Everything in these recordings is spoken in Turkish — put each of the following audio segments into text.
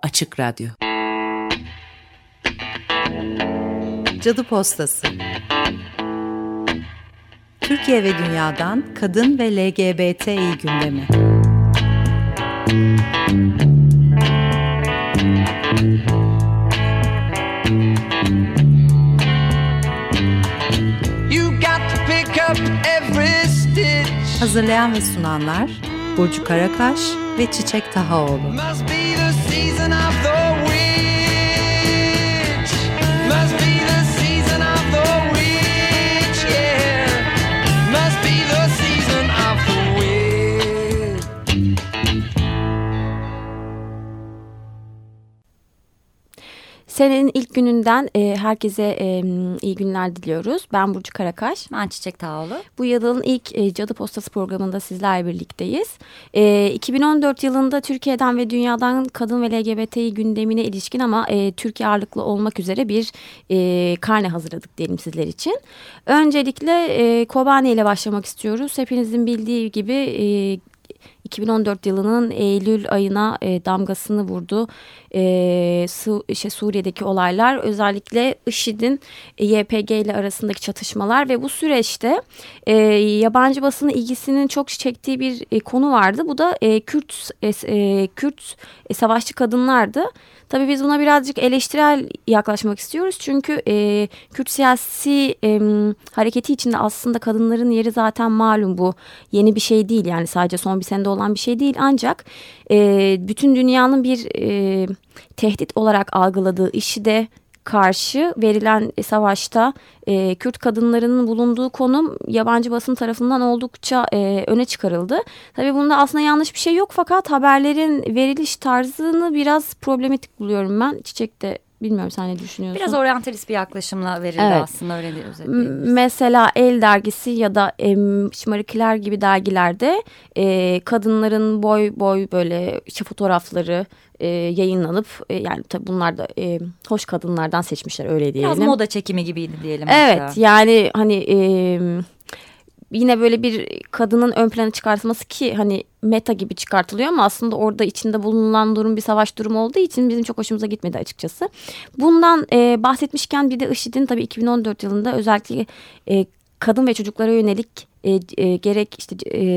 Açık Radyo. Cadı Postası. Türkiye ve dünyadan kadın ve LGBTİ gündemi. Hazırlayan ve sunanlar Burcu Karakaş ve Çiçek Tahaoğlu. Senenin ilk gününden herkese iyi günler diliyoruz. Ben Burcu Karakaş. Ben Çiçek Tahaoğlu. Bu yılın ilk Cadı Postası programında sizlerle birlikteyiz. 2014 yılında Türkiye'den ve dünyadan kadın ve LGBTİ gündemine ilişkin ama Türkiye ağırlıklı olmak üzere bir karne hazırladık diyelim sizler için. Öncelikle Kobane ile başlamak istiyoruz. Hepinizin bildiği gibi 2014 yılının Eylül ayına damgasını vurdu. Suriye'deki olaylar, özellikle IŞİD'in YPG ile arasındaki çatışmalar ve bu süreçte yabancı basının ilgisinin çok çektiği bir konu vardı. Bu da Kürt savaşçı kadınlardı. Tabii biz buna birazcık eleştirel yaklaşmak istiyoruz. Çünkü Kürt siyasi hareketi içinde aslında kadınların yeri zaten malum, bu yeni bir şey değil. Yani sadece son bir senede olan bir şey değil. Ancak bütün dünyanın bir tehdit olarak algıladığı IŞİD'e karşı verilen savaşta Kürt kadınlarının bulunduğu konum yabancı basın tarafından oldukça öne çıkarıldı. Tabii bunda aslında yanlış bir şey yok, fakat haberlerin veriliş tarzını biraz problematik buluyorum ben. Çiçek de bilmiyorum, sen ne düşünüyorsun? Biraz oryantalist bir yaklaşımla verildi, evet. Aslında öyle özetleyebiliriz. Mesela El dergisi ya da Şımarıkiler gibi dergilerde kadınların boy boy böyle fotoğrafları yayınlanıp yani tabii bunlar da hoş kadınlardan seçmişler, öyle diyelim. Biraz moda çekimi gibiydi diyelim. Evet mesela. Yani hani yine böyle bir kadının ön plana çıkartılması, ki hani meta gibi çıkartılıyor ama aslında orada içinde bulunan durum bir savaş durumu olduğu için bizim çok hoşumuza gitmedi açıkçası. Bundan bahsetmişken bir de IŞİD'in tabii 2014 yılında özellikle kadın ve çocuklara yönelik gerek işte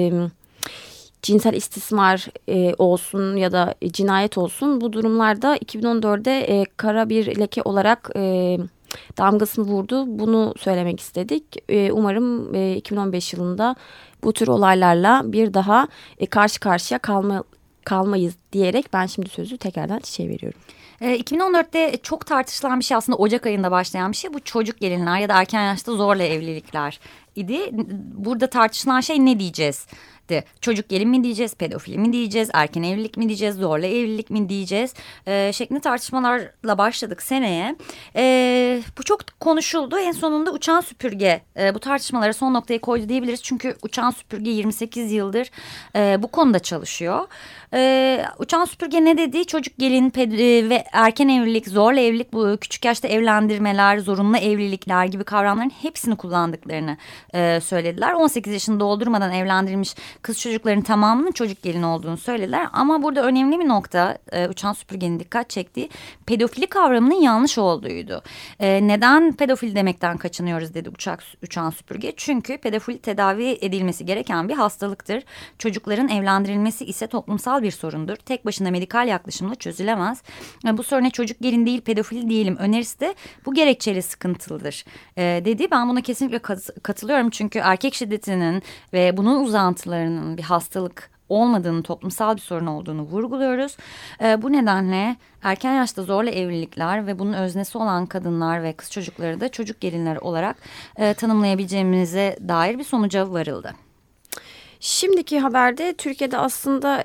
cinsel istismar olsun ya da cinayet olsun, bu durumlarda 2014'de kara bir leke olarak damgasını vurdu. Bunu söylemek istedik. Umarım 2015 yılında bu tür olaylarla bir daha karşı karşıya kalmayız diyerek ben şimdi sözü tekrardan Çiçek'e veriyorum. 2014'te çok tartışılan bir şey, aslında Ocak ayında başlayan bir şey. Bu çocuk gelinler ya da erken yaşta zorla evlilikler idi. Burada tartışılan şey ne diyeceğiz? Çocuk gelin mi diyeceğiz, pedofili mi diyeceğiz, erken evlilik mi diyeceğiz, zorla evlilik mi diyeceğiz şeklinde tartışmalarla başladık seneye. Bu çok konuşuldu. En sonunda uçan süpürge bu tartışmalara son noktayı koydu diyebiliriz. Çünkü uçan süpürge 28 yıldır bu konuda çalışıyor. Uçan süpürge ne dedi? Çocuk gelin ve erken evlilik, zorla evlilik, bu küçük yaşta evlendirmeler, zorunlu evlilikler gibi kavramların hepsini kullandıklarını söylediler. 18 yaşını doldurmadan evlendirilmiş kız çocukların tamamının çocuk gelin olduğunu söylediler. Ama burada önemli bir nokta, uçan süpürgenin dikkat çektiği, pedofili kavramının yanlış olduğuydu. Neden pedofili demekten kaçınıyoruz dedi uçan süpürge? Çünkü pedofili tedavi edilmesi gereken bir hastalıktır. Çocukların evlendirilmesi ise toplumsal bir sorundur. Tek başına medikal yaklaşımla çözülemez. Bu soruna çocuk gelin değil pedofili diyelim önerisi de bu gerekçeyle sıkıntılıdır dedi. Ben buna kesinlikle katılıyorum. Çünkü erkek şiddetinin ve bunun uzantılarının bir hastalık olmadığını, toplumsal bir sorun olduğunu vurguluyoruz. Bu nedenle erken yaşta zorla evlilikler ve bunun öznesi olan kadınlar ve kız çocukları da çocuk gelinler olarak tanımlayabileceğimize dair bir sonuca varıldı. Şimdiki haberde Türkiye'de aslında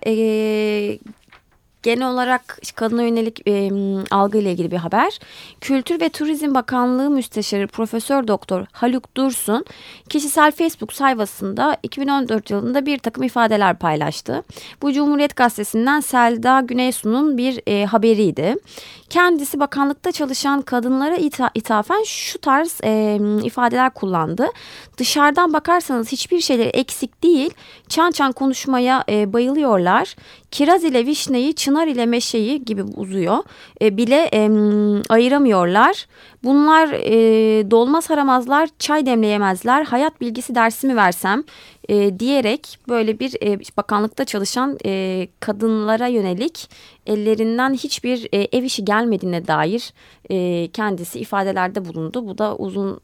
genel olarak kadına yönelik algıyla ilgili bir haber. Kültür ve Turizm Bakanlığı Müsteşarı Profesör Doktor Haluk Dursun kişisel Facebook sayfasında 2014 yılında bir takım ifadeler paylaştı. Bu Cumhuriyet Gazetesi'nden Selda Güneysu'nun bir haberiydi. Kendisi bakanlıkta çalışan kadınlara ithafen şu tarz ifadeler kullandı. Dışarıdan bakarsanız hiçbir şeyleri eksik değil. Çan çan konuşmaya bayılıyorlar. Kiraz ile vişneyi çınar Pınar ile Meşe'yi gibi uzuyor. Bile ayıramıyorlar. Bunlar dolma saramazlar, çay demleyemezler, hayat bilgisi dersi mi versem diyerek böyle bir bakanlıkta çalışan kadınlara yönelik ellerinden hiçbir ev işi gelmediğine dair kendisi ifadelerde bulundu. Bu da uzun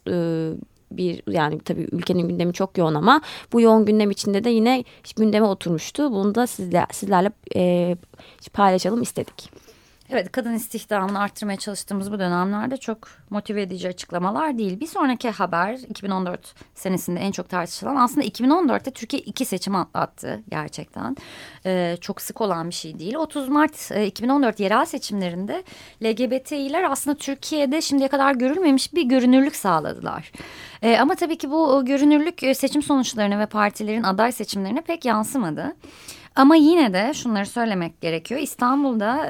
yani tabii ülkenin gündemi çok yoğun ama bu yoğun gündem içinde de yine gündeme oturmuştu. Bunu da sizlerle paylaşalım istedik. Evet, kadın istihdamını arttırmaya çalıştığımız bu dönemlerde çok motive edici açıklamalar değil. Bir sonraki haber 2014 senesinde en çok tartışılan, aslında 2014'te Türkiye 2 seçim atlattı gerçekten. Çok sık olan bir şey değil. 30 Mart 2014 yerel seçimlerinde LGBTİ'ler aslında Türkiye'de şimdiye kadar görülmemiş bir görünürlük sağladılar. Ama tabii ki bu görünürlük seçim sonuçlarına ve partilerin aday seçimlerine pek yansımadı. Ama yine de şunları söylemek gerekiyor. İstanbul'da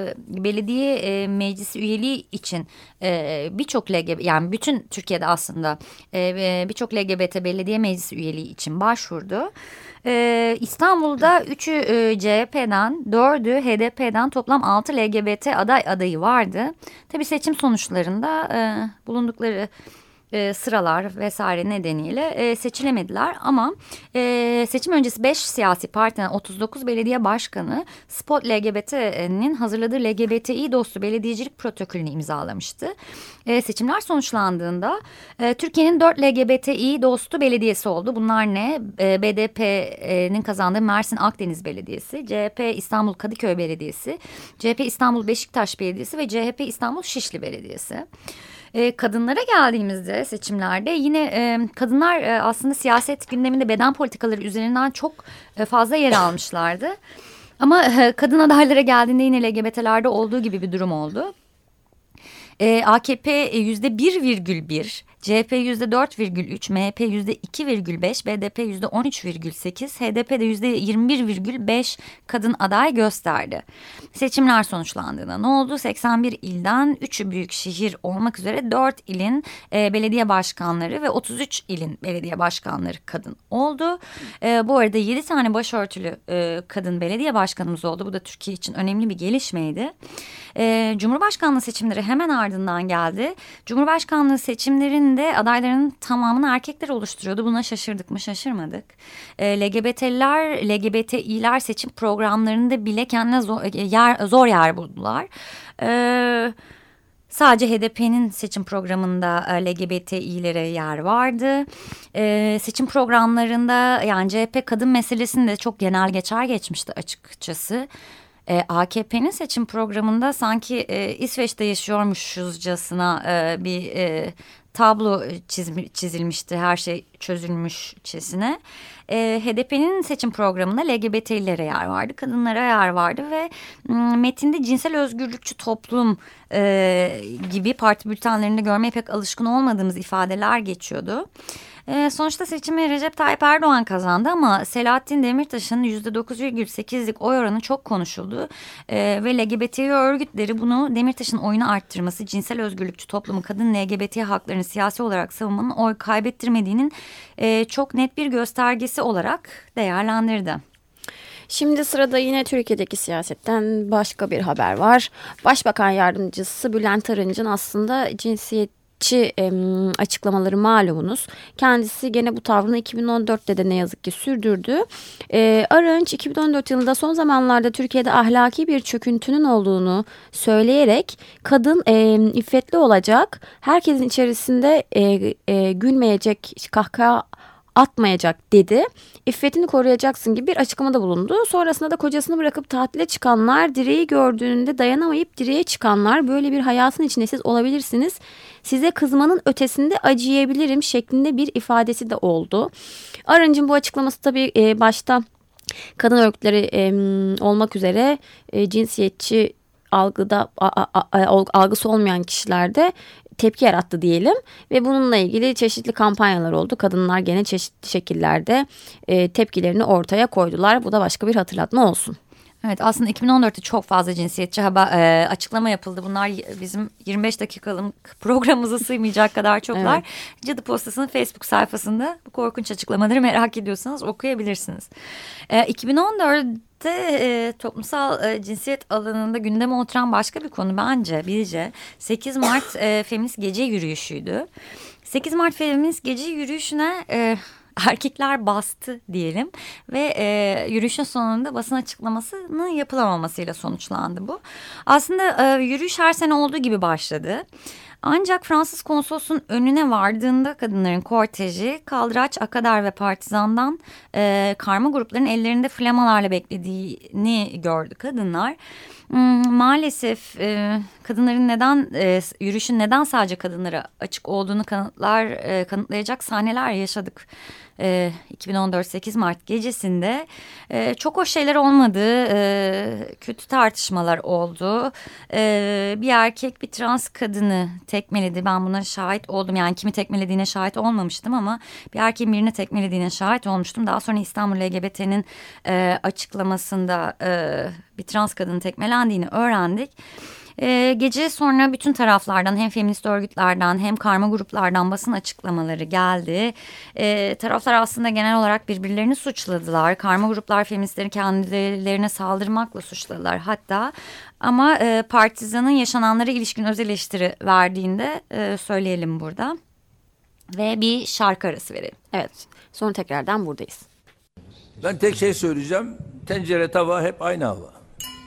belediye meclisi üyeliği için birçok LGBT, yani bütün Türkiye'de aslında birçok LGBT belediye meclisi üyeliği için başvurdu. İstanbul'da 3'ü CHP'den, 4'ü HDP'den toplam 6 LGBT adayı vardı. Tabii seçim sonuçlarında bulundukları sıralar vesaire nedeniyle seçilemediler ama seçim öncesi 5 siyasi partiden 39 belediye başkanı Spot LGBT'nin hazırladığı LGBTİ dostu belediyecilik protokolünü imzalamıştı. Seçimler sonuçlandığında Türkiye'nin 4 LGBTİ dostu belediyesi oldu. Bunlar ne? BDP'nin kazandığı Mersin Akdeniz Belediyesi, CHP İstanbul Kadıköy Belediyesi, CHP İstanbul Beşiktaş Belediyesi ve CHP İstanbul Şişli Belediyesi. Kadınlara geldiğimizde seçimlerde yine kadınlar aslında siyaset gündeminde beden politikaları üzerinden çok fazla yer almışlardı. Ama kadın adaylara geldiğinde yine LGBT'lerde olduğu gibi bir durum oldu. AKP %1,1, CHP %4,3, MHP %2,5, BDP %13,8, HDP de %21,5 kadın aday gösterdi. Seçimler sonuçlandığında ne oldu? 81 ilden 3'ü büyük şehir olmak üzere 4 ilin belediye başkanları ve 33 ilin belediye başkanları kadın oldu. Bu arada 7 tane başörtülü kadın belediye başkanımız oldu. Bu da Türkiye için önemli bir gelişmeydi. Cumhurbaşkanlığı seçimleri hemen ardından geldi. Cumhurbaşkanlığı seçimlerinde adayların tamamını erkekler oluşturuyordu. Buna şaşırdık mı? Şaşırmadık. LGBTİ'ler seçim programlarında bile kendine zor yer buldular. Sadece HDP'nin seçim programında LGBTİ'lere yer vardı. Seçim programlarında yani CHP kadın meselesini de çok genel geçer geçmişti açıkçası. AKP'nin seçim programında sanki İsveç'te yaşıyormuşuzcasına bir tablo çizilmişti, her şey çözülmüşçesine. HDP'nin seçim programında LGBT'lilere yer vardı, kadınlara yer vardı ve metinde cinsel özgürlükçü toplum gibi parti bültenlerinde görmeye pek alışkın olmadığımız ifadeler geçiyordu. Sonuçta seçimi Recep Tayyip Erdoğan kazandı ama Selahattin Demirtaş'ın %9,8'lik oy oranı çok konuşuldu. Ve LGBT örgütleri bunu Demirtaş'ın oyunu arttırması, cinsel özgürlükçü toplumu, kadın LGBT haklarını siyasi olarak savunmanın oy kaybettirmediğinin çok net bir göstergesi olarak değerlendirdi. Şimdi sırada yine Türkiye'deki siyasetten başka bir haber var. Başbakan Yardımcısı Bülent Arınç'ın aslında açıklamaları malumunuz. Kendisi gene bu tavrını 2014'te de ne yazık ki sürdürdü. Arınç 2014 yılında son zamanlarda Türkiye'de ahlaki bir çöküntünün olduğunu söyleyerek kadın iffetli olacak, herkesin içerisinde gülmeyecek, kahkaha atmayacak dedi. İffetini koruyacaksın gibi bir açıklamada bulundu. Sonrasında da kocasını bırakıp tatile çıkanlar, direği gördüğünde dayanamayıp direğe çıkanlar, böyle bir hayatın içinde siz olabilirsiniz. Size kızmanın ötesinde acıyabilirim şeklinde bir ifadesi de oldu. Arınç'ın bu açıklaması tabii başta kadın örgütleri olmak üzere cinsiyetçi algısı olmayan kişilerde tepki yarattı diyelim ve bununla ilgili çeşitli kampanyalar oldu. Kadınlar gene çeşitli şekillerde tepkilerini ortaya koydular. Bu da başka bir hatırlatma olsun. Evet, aslında 2014'te çok fazla cinsiyetçi açıklama yapıldı. Bunlar bizim 25 dakikalık programımıza sığmayacak kadar çoklar. Evet. Cadı Postası'nın Facebook sayfasında bu korkunç açıklamaları merak ediyorsanız okuyabilirsiniz. 2014 toplumsal cinsiyet alanında gündeme oturan başka bir konu bence 8 Mart Feminist Gece Yürüyüşü'ydü. 8 Mart Feminist Gece Yürüyüşü'ne erkekler bastı diyelim ve yürüyüşün sonunda basın açıklamasının yapılamamasıyla sonuçlandı bu. Aslında yürüyüş her sene olduğu gibi başladı. Ancak Fransız konsolosun önüne vardığında kadınların korteji kaldıraç, akadar ve partizandan karma grupların ellerinde flamalarla beklediğini gördü kadınlar. Maalesef kadınların yürüyüşün neden sadece kadınlara açık olduğunu kanıtlayacak sahneler yaşadık. 2014 8 Mart gecesinde çok hoş şeyler olmadı, kötü tartışmalar oldu. Bir erkek bir trans kadını tekmeledi, ben buna şahit oldum. Yani kimi tekmelediğine şahit olmamıştım ama bir erkeğin birini tekmelediğine şahit olmuştum. Daha sonra İstanbul LGBT'nin açıklamasında bir trans kadının tekmelendiğini öğrendik. Gece sonra bütün taraflardan, hem feminist örgütlerden hem karma gruplardan basın açıklamaları geldi. Taraflar aslında genel olarak birbirlerini suçladılar. Karma gruplar feministleri kendilerine saldırmakla suçladılar hatta. Ama partizanın yaşananlara ilişkin öz eleştiri verdiğinde söyleyelim burada. Ve bir şarkı arası verelim. Evet, sonra tekrardan buradayız. Ben tek şey söyleyeceğim. Tencere tava hep aynı hava.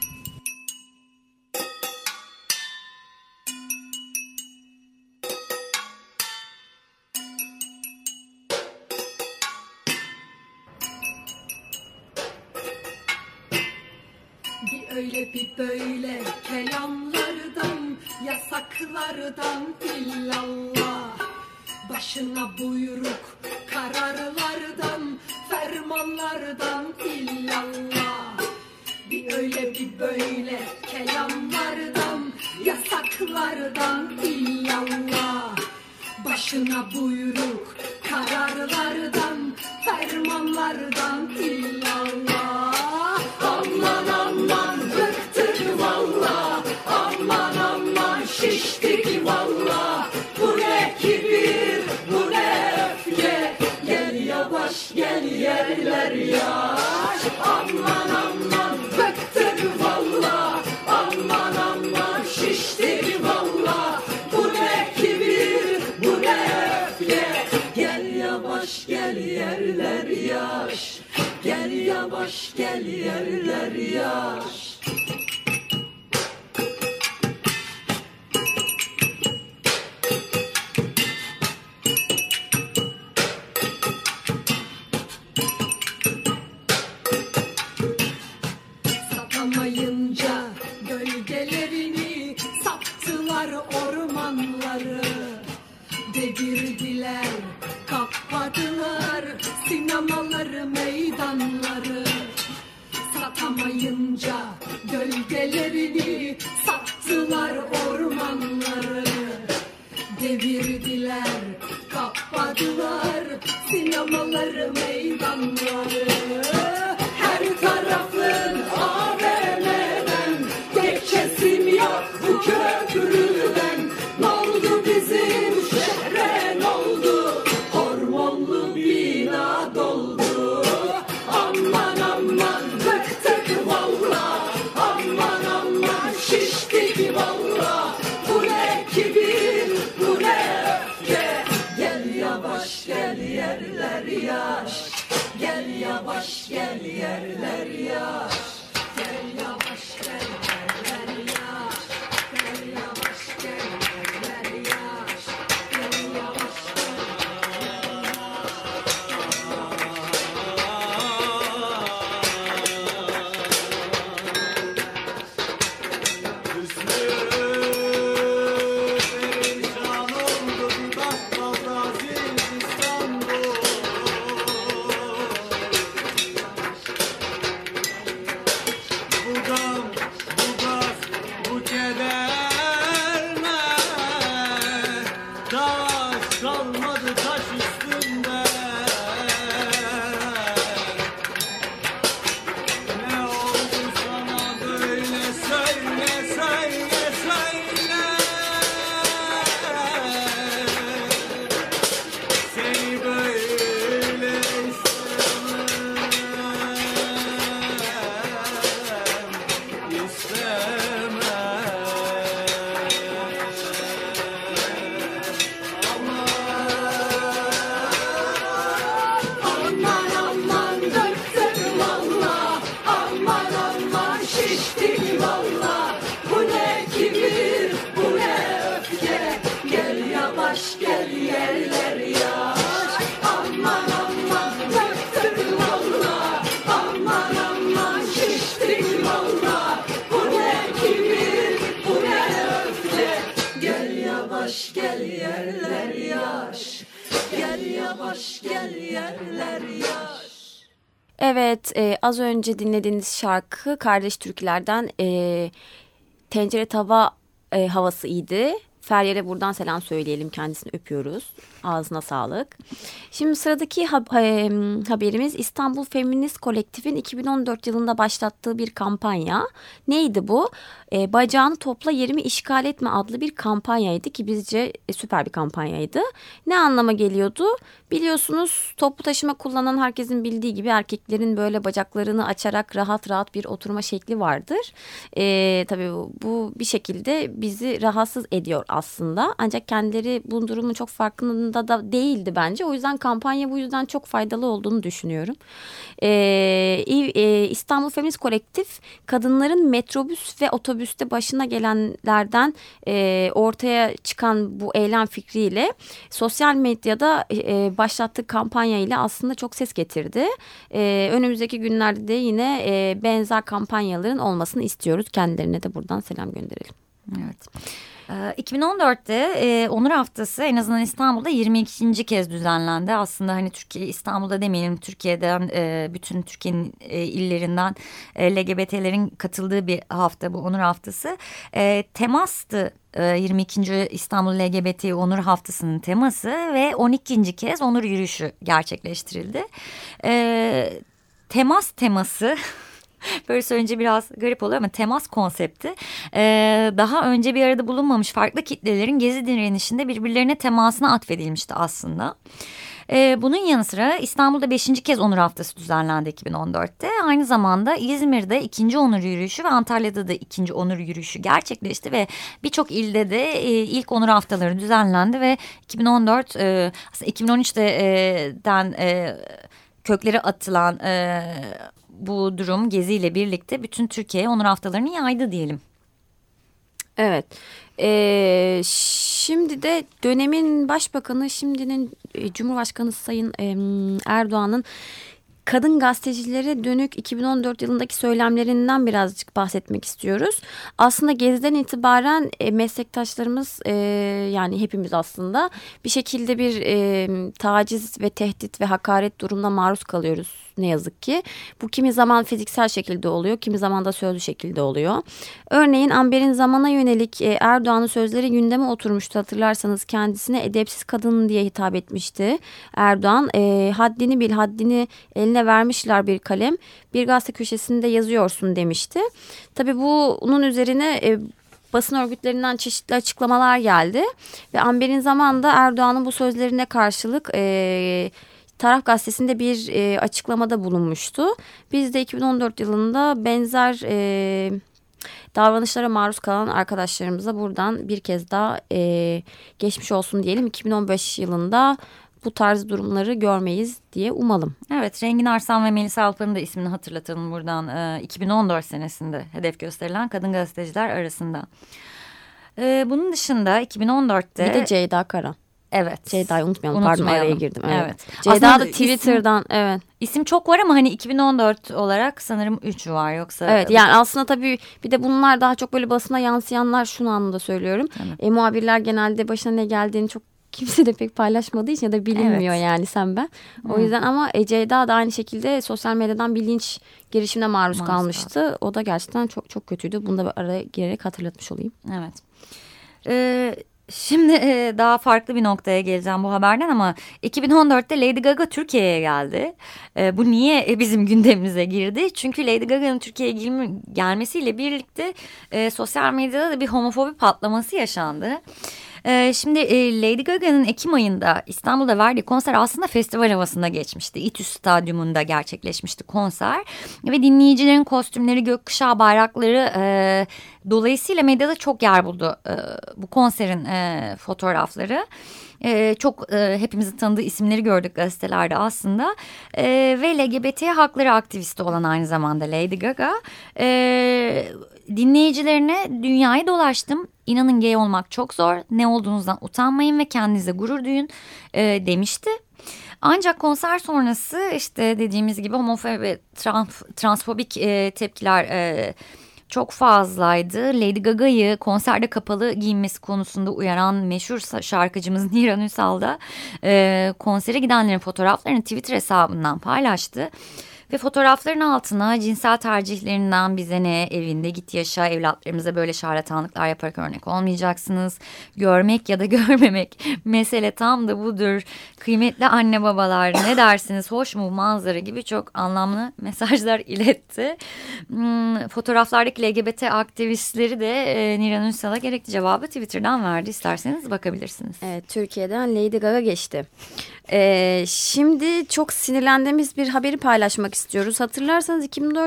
Bir öyle bir böyle kelamlardan, yasaklardan illallah. Başına buyruk kararlardan, fermanlardan illallah. Bir öyle bir böyle kelamlardan, yasaklardan illallah. Başına buyruk kararlardan, fermanlardan illallah. Aman aman bıktık valla, aman aman şiştik valla. Bu ne kibir, bu ne öfke, gel yavaş gel yerler yaş. Aman aman bıktık valla, aman aman şiştik valla. Bu ne kibir, bu ne öfke, gel yavaş gel yerler yaş. Gel yavaş gel yerler yaş. Satamayınca gölgelerini sattılar ormanları. Devirdiler, kapadılar sinemaları, meydanları. Satamayınca gölgelerini sattılar ormanları. Devirdiler, kapadılar sinemaları, meydanları. Her tarafın AVM'den, geçesim yok bu köprüden. Ne oldu bizim şehre, ne oldu? Hormonlu bina doldu. Aman aman bıktık valla, aman aman şiştik valla. Bu ne kibir, bu ne öfke, gel yavaş gel yerler yaş. Gel yavaş gel yerler yaş. Gel yavaş gel yerler yaş. Gel yavaş gel yerler yaş. Gel yavaş Söyle söyle yavaş gel yerler yaş. Gel yavaş gel yerler yaş. Evet, az önce dinlediğiniz şarkı Kardeş Türküler'den Tencere Tava havası idi. Feryal'e buradan selam söyleyelim, kendisini öpüyoruz. Ağzına sağlık. Şimdi sıradaki haberimiz İstanbul Feminist Kolektif'in 2014 yılında başlattığı bir kampanya. Neydi bu? Bacağını topla yerimi işgal etme adlı bir kampanyaydı ki bizce süper bir kampanyaydı. Ne anlama geliyordu? Biliyorsunuz toplu taşıma kullanan herkesin bildiği gibi erkeklerin böyle bacaklarını açarak rahat rahat bir oturma şekli vardır. Tabii bu bir şekilde bizi rahatsız ediyor aslında. Ancak kendileri bu durumun çok farkında da değildi bence. O yüzden kampanya bu yüzden çok faydalı olduğunu düşünüyorum. İstanbul Feminist Kolektif kadınların metrobüs ve otobüste başına gelenlerden ortaya çıkan bu eylem fikriyle sosyal medyada başlattığı kampanya ile aslında çok ses getirdi. Önümüzdeki günlerde de yine benzer kampanyaların olmasını istiyoruz. Kendilerine de buradan selam gönderelim. Evet. 2014'te Onur Haftası en azından İstanbul'da 22. kez düzenlendi. Aslında hani Türkiye, İstanbul'da demeyelim, Türkiye'den bütün Türkiye'nin illerinden LGBT'lerin katıldığı bir hafta bu Onur Haftası. Temastı 22. İstanbul LGBT Onur Haftası'nın teması ve 12. kez Onur Yürüyüşü gerçekleştirildi. Temas teması... Böyle söyleyince biraz garip oluyor ama temas konsepti daha önce bir arada bulunmamış farklı kitlelerin gezi direnişinde birbirlerine temasına atfedilmişti aslında. Bunun yanı sıra İstanbul'da 5. kez Onur Haftası düzenlendi 2014'te. Aynı zamanda İzmir'de 2. Onur Yürüyüşü ve Antalya'da da 2. Onur Yürüyüşü gerçekleşti ve birçok ilde de ilk Onur Haftaları düzenlendi ve 2014 aslında 2013'ten kökleri atılan bu durum geziyle birlikte bütün Türkiye'ye Onur Haftalarını yaydı diyelim. Evet. Şimdi de dönemin başbakanı, şimdinin Cumhurbaşkanı Sayın Erdoğan'ın kadın gazetecilere dönük 2014 yılındaki söylemlerinden birazcık bahsetmek istiyoruz. Aslında Gezi'den itibaren meslektaşlarımız yani hepimiz aslında bir şekilde bir taciz ve tehdit ve hakaret durumuna maruz kalıyoruz ne yazık ki. Bu kimi zaman fiziksel şekilde oluyor, kimi zaman da sözlü şekilde oluyor. Örneğin Amber'in zamana yönelik Erdoğan'ın sözleri gündeme oturmuştu, hatırlarsanız kendisine edepsiz kadın diye hitap etmişti Erdoğan. Haddini bil, haddini eline vermişler bir kalem, bir gazete köşesinde yazıyorsun demişti. Tabii bunun üzerine basın örgütlerinden çeşitli açıklamalar geldi ve Amber'in zamanında Erdoğan'ın bu sözlerine karşılık Taraf Gazetesi'nde bir açıklamada bulunmuştu. Biz de 2014 yılında benzer davranışlara maruz kalan arkadaşlarımıza buradan bir kez daha geçmiş olsun diyelim. 2015 yılında bu tarz durumları görmeyiz diye umalım. Evet, Rengin Arslan ve Melisa Alpan'ın da ismini hatırlatalım buradan. 2014 senesinde hedef gösterilen kadın gazeteciler arasında. Bunun dışında 2014'te... Bir de Ceyda Karan. Evet. Ceyda'yı unutmayalım. Pardon, araya girdim. Evet. Ceyda da Twitter'dan isim çok var ama hani 2014 olarak sanırım 3 var yoksa. Evet, yani aslında tabii bir de bunlar daha çok böyle basına yansıyanlar, şunu anlamda söylüyorum. Muhabirler genelde başına ne geldiğini çok kimse de pek paylaşmadığı için ya da bilinmiyor yani sen ben. O yüzden ama Ceyda da aynı şekilde sosyal medyadan bir linç girişimine maruz kalmıştı. O da gerçekten çok çok kötüydü. Bunu da araya girerek hatırlatmış olayım. Evet. Şimdi daha farklı bir noktaya geleceğim bu haberden ama 2014'te Lady Gaga Türkiye'ye geldi. Bu niye bizim gündemimize girdi? Çünkü Lady Gaga'nın Türkiye'ye gelmesiyle birlikte sosyal medyada da bir homofobi patlaması yaşandı. Şimdi Lady Gaga'nın Ekim ayında İstanbul'da verdiği konser aslında festival havasında geçmişti. İTÜ Stadyumunda gerçekleşmişti konser. Ve dinleyicilerin kostümleri, gökkuşağı bayrakları dolayısıyla medyada çok yer buldu bu konserin fotoğrafları. Çok hepimizin tanıdığı isimleri gördük gazetelerde aslında. Ve LGBT hakları aktivisti olan aynı zamanda Lady Gaga. Dinleyicilerine dünyayı dolaştım. İnanın gay olmak çok zor. Ne olduğunuzdan utanmayın ve kendinize gurur duyun demişti. Ancak konser sonrası işte dediğimiz gibi homofobi ve transfobik tepkiler çok fazlaydı. Lady Gaga'yı konserde kapalı giyinmesi konusunda uyaran meşhur şarkıcımız Niran Ünsal da konsere gidenlerin fotoğraflarını Twitter hesabından paylaştı. Ve fotoğrafların altına cinsel tercihlerinden bize ne, evinde git yaşa, evlatlarımıza böyle şarlatanlıklar yaparak örnek olmayacaksınız. Görmek ya da görmemek, mesele tam da budur. Kıymetli anne babalar, ne dersiniz, hoş mu manzara gibi çok anlamlı mesajlar iletti. Fotoğraflardaki LGBT aktivistleri de Niran Ünsal'a gerekli cevabı Twitter'dan verdi. İsterseniz bakabilirsiniz. Evet, Türkiye'den Lady Gaga geçti. Şimdi çok sinirlendiğimiz bir haberi paylaşmak istiyoruz. Hatırlarsanız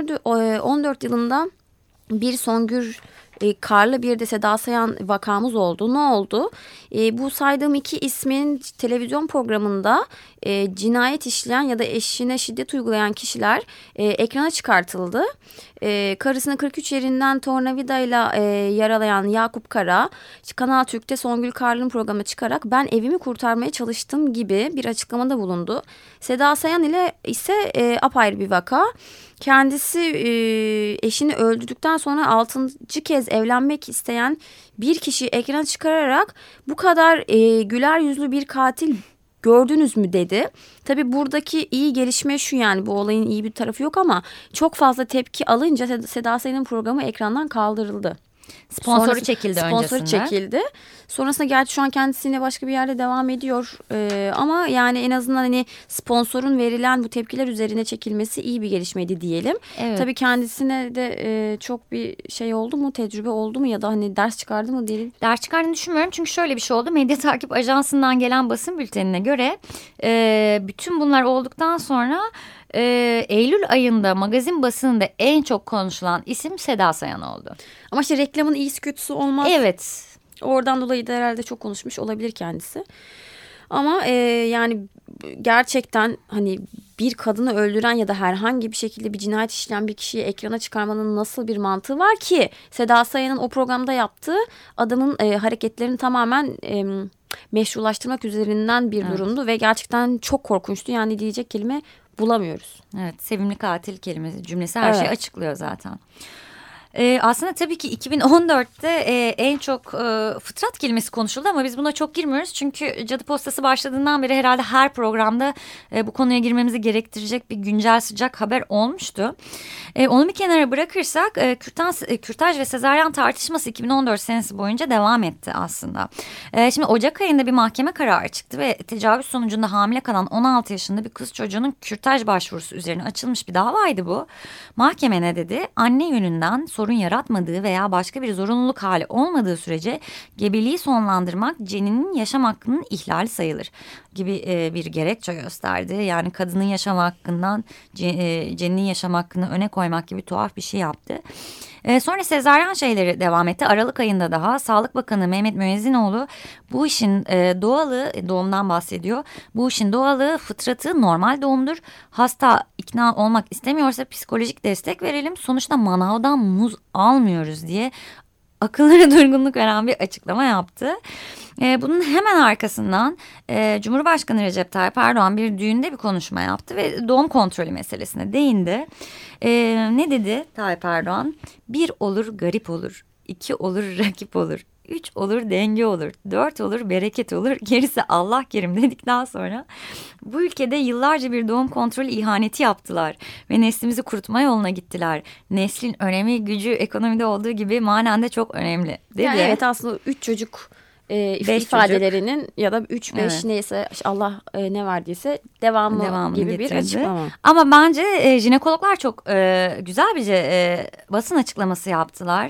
2014 yılında bir Songül Karlı bir de Seda Sayan vakamız oldu. Ne oldu? Bu saydığım iki ismin televizyon programında cinayet işleyen ya da eşine şiddet uygulayan kişiler ekrana çıkartıldı. Karısını 43 yerinden tornavidayla yaralayan Yakup Kara, Kanal Türk'te Songül Karlı'nın programına çıkarak ben evimi kurtarmaya çalıştım gibi bir açıklamada bulundu. Seda Sayan ile ise apayrı bir vaka. Kendisi eşini öldürdükten sonra 6. kez evlenmek isteyen bir kişiyi ekrana çıkararak bu kadar güler yüzlü bir katil gördünüz mü dedi. Tabii buradaki iyi gelişme şu, yani bu olayın iyi bir tarafı yok ama çok fazla tepki alınca Seda Sayan'ın programı ekrandan kaldırıldı. Sponsoru çekildi öncesinde. Sponsoru çekildi. Sonrasında gerçi şu an kendisi yine başka bir yerde devam ediyor. Ama yani en azından hani sponsorun verilen bu tepkiler üzerine çekilmesi iyi bir gelişmeydi diyelim. Evet. Tabii kendisine de çok bir şey oldu mu, tecrübe oldu mu ya da hani ders çıkardı mı diyelim. Ders çıkardığını düşünmüyorum çünkü şöyle bir şey oldu. Medya Takip Ajansı'ndan gelen basın bültenine göre bütün bunlar olduktan sonra Eylül ayında magazin basınında en çok konuşulan isim Seda Sayan oldu. Ama işte reklamın iyisi kötüsü olmaz. Evet. Oradan dolayı da herhalde çok konuşmuş olabilir kendisi. Ama yani gerçekten hani bir kadını öldüren ya da herhangi bir şekilde bir cinayet işleyen bir kişiyi ekrana çıkarmanın nasıl bir mantığı var ki? Seda Sayan'ın o programda yaptığı adamın hareketlerini tamamen meşrulaştırmak üzerinden bir durumdu ve gerçekten çok korkunçtu. Yani diyecek kelime bulamıyoruz. Evet, sevimli katil kelimesi, cümlesi her şeyi açıklıyor zaten. Aslında tabii ki 2014'te en çok fıtrat kelimesi konuşuldu ama biz buna çok girmiyoruz. Çünkü Cadı Postası başladığından beri herhalde her programda bu konuya girmemizi gerektirecek bir güncel sıcak haber olmuştu. Onu bir kenara bırakırsak kürtaj ve sezaryen tartışması 2014 senesi boyunca devam etti aslında. Şimdi Ocak ayında bir mahkeme kararı çıktı ve tecavüz sonucunda hamile kalan 16 yaşında bir kız çocuğunun kürtaj başvurusu üzerine açılmış bir davaydı bu. Mahkeme ne dedi? Anne yönünden sorun yaratmadığı veya başka bir zorunluluk hali olmadığı sürece gebeliği sonlandırmak ceninin yaşam hakkının ihlali sayılır gibi bir gerekçe gösterdi. Yani kadının yaşam hakkından ceninin yaşam hakkını öne koymak gibi tuhaf bir şey yaptı. Sonra sezaryen şeyleri devam etti. Aralık ayında daha Sağlık Bakanı Mehmet Müezzinoğlu bu işin doğumdan bahsediyor. Bu işin doğalı, fıtratı normal doğumdur. Hasta ikna olmak istemiyorsa psikolojik destek verelim. Sonuçta manavdan muz almıyoruz diye akıllara durgunluk veren bir açıklama yaptı. Bunun hemen arkasından Cumhurbaşkanı Recep Tayyip Erdoğan bir düğünde bir konuşma yaptı ve doğum kontrolü meselesine değindi. Ne dedi Tayyip Erdoğan? 1 olur garip olur, 2 olur rakip olur, 3 olur denge olur, 4 olur bereket olur, gerisi Allah kerim dedikten sonra bu ülkede yıllarca bir doğum kontrolü ihaneti yaptılar ve neslimizi kurutma yoluna gittiler. Neslin önemi, gücü ekonomide olduğu gibi manen de çok önemli dedi. Yani evet, aslında 3 çocuk ifadelerinin çocuk ya da 3-5 evet, neyse Allah ne verdiyse devamı gibi getirdi. Bir açıklama. Ama bence jinekologlar çok güzel bir basın açıklaması yaptılar.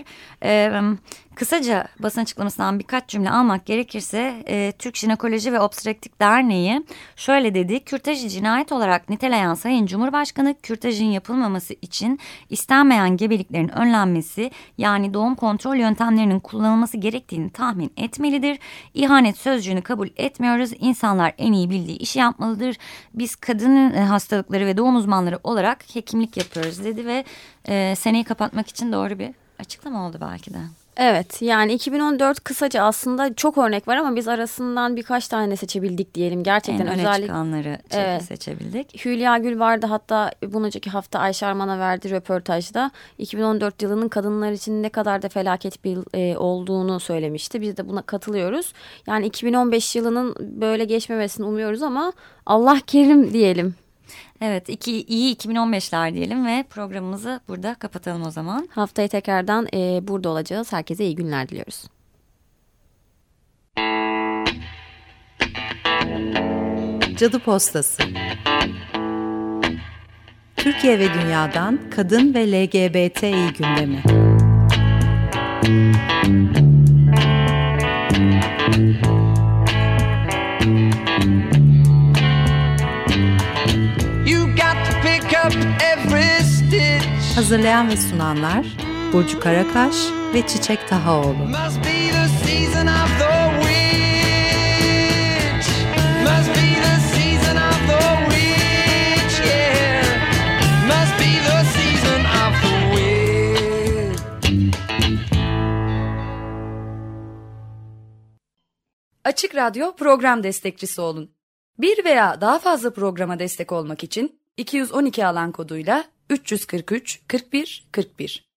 Kısaca basın açıklamasından birkaç cümle almak gerekirse Türk Jinekoloji ve Obstetrik Derneği şöyle dedi. Kürtajı cinayet olarak niteleyen Sayın Cumhurbaşkanı kürtajın yapılmaması için istenmeyen gebeliklerin önlenmesi yani doğum kontrol yöntemlerinin kullanılması gerektiğini tahmin etmelidir. İhanet sözcüğünü kabul etmiyoruz. İnsanlar en iyi bildiği işi yapmalıdır. Biz kadın hastalıkları ve doğum uzmanları olarak hekimlik yapıyoruz dedi ve seneyi kapatmak için doğru bir açıklama oldu belki de. Evet, yani 2014 kısaca aslında çok örnek var ama biz arasından birkaç tane seçebildik diyelim. Gerçekten En öne özellikle çıkanları Evet. seçebildik. Hülya Gül vardı, hatta bundan önceki hafta Ayşe Arman'a verdiği röportajda 2014 yılının kadınlar için ne kadar da felaket bir yıl olduğunu söylemişti. Biz de buna katılıyoruz. Yani 2015 yılının böyle geçmemesini umuyoruz ama Allah kerim diyelim. Evet, iyi 2015'ler diyelim ve programımızı burada kapatalım o zaman. Haftaya tekrardan burada olacağız. Herkese iyi günler diliyoruz. Cadı Postası. Türkiye ve dünyadan kadın ve LGBTİ gündemi. Hazırlayan ve sunanlar Burcu Karakaş ve Çiçek Tahaoğlu. Açık Radyo program destekçisi olun. Bir veya daha fazla programa destek olmak için 212 alan koduyla 343 41 41